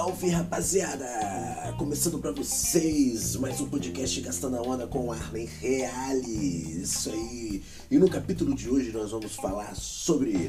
Salve, rapaziada! Começando pra vocês mais um podcast Gastando a Onda com Arlen Reale. Isso aí! E no capítulo de hoje nós vamos falar sobre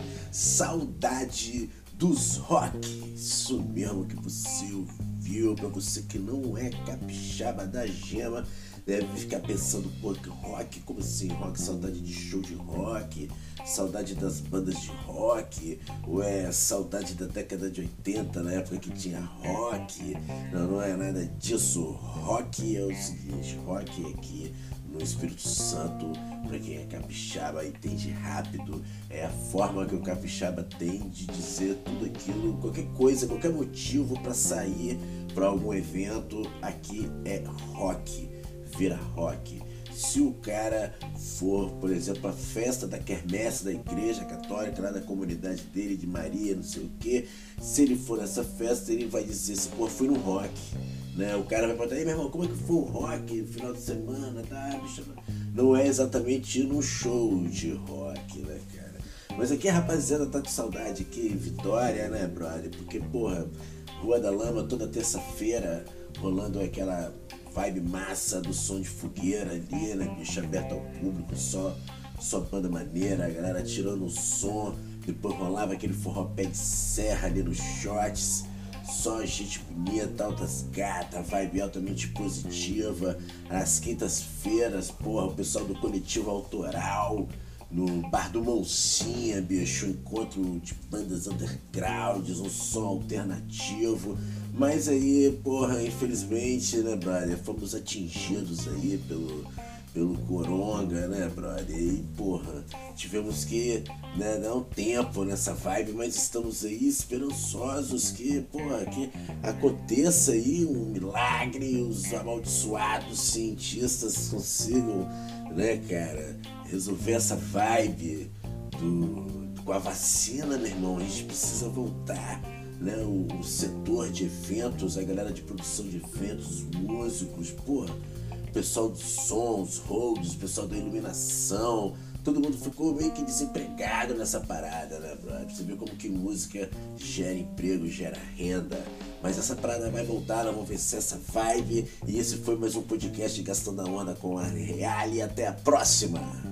saudade dos rock. Isso mesmo que você ouviu. Pra você que não é capixaba da gema, deve ficar pensando, pô, que rock? Como assim rock? Saudade de show de rock? Saudade das bandas de rock? Ou é saudade da década de 80, na época que tinha rock? Não, não é nada disso. Rock é o seguinte, rock aqui no Espírito Santo, pra quem é capixaba, entende rápido, é a forma que o capixaba tem de dizer tudo aquilo, qualquer coisa, qualquer motivo pra sair pra algum evento, aqui é rock, vira rock. Se o cara for, por exemplo, a festa da quermesse da igreja católica, lá da comunidade dele, de Maria, não sei o que, se ele for nessa festa, ele vai dizer assim, pô, fui no rock, né? O cara vai perguntar, ei, meu irmão, como é que foi o rock no final de semana, tá, bicho? Não é exatamente ir num show de rock, né, cara? Mas aqui a rapaziada tá com saudade aqui, Vitória, né, brother? Porque, porra, Rua da Lama toda terça-feira, rolando aquela vibe massa do som de fogueira ali, né, bicho, aberto ao público, só banda maneira, a galera tirando o som, depois rolava aquele forró pé de serra ali nos shots, só gente bonita, altas gatas, vibe altamente positiva. Às quintas-feiras, porra, o pessoal do coletivo autoral no Bar do Moncinha, bicho, um encontro de bandas undergrounds, um som alternativo. Mas aí, porra, infelizmente, né, brother, fomos atingidos aí pelo coronga, né, brother, e, porra, tivemos que, né, dar um tempo nessa vibe, mas estamos aí esperançosos que, porra, que aconteça aí um milagre, os amaldiçoados cientistas consigam, né, cara, resolver essa vibe com a vacina, meu irmão. A gente precisa voltar, né, o setor de eventos, a galera de produção de eventos, os músicos, porra, o pessoal dos sons, holds, o pessoal da iluminação, todo mundo ficou meio que desempregado nessa parada, né, brother? Você vê como que música gera emprego, gera renda. Mas essa parada vai voltar, nós vamos vencer essa vibe. E esse foi mais um podcast Gastando a Onda com a Reale. Até a próxima!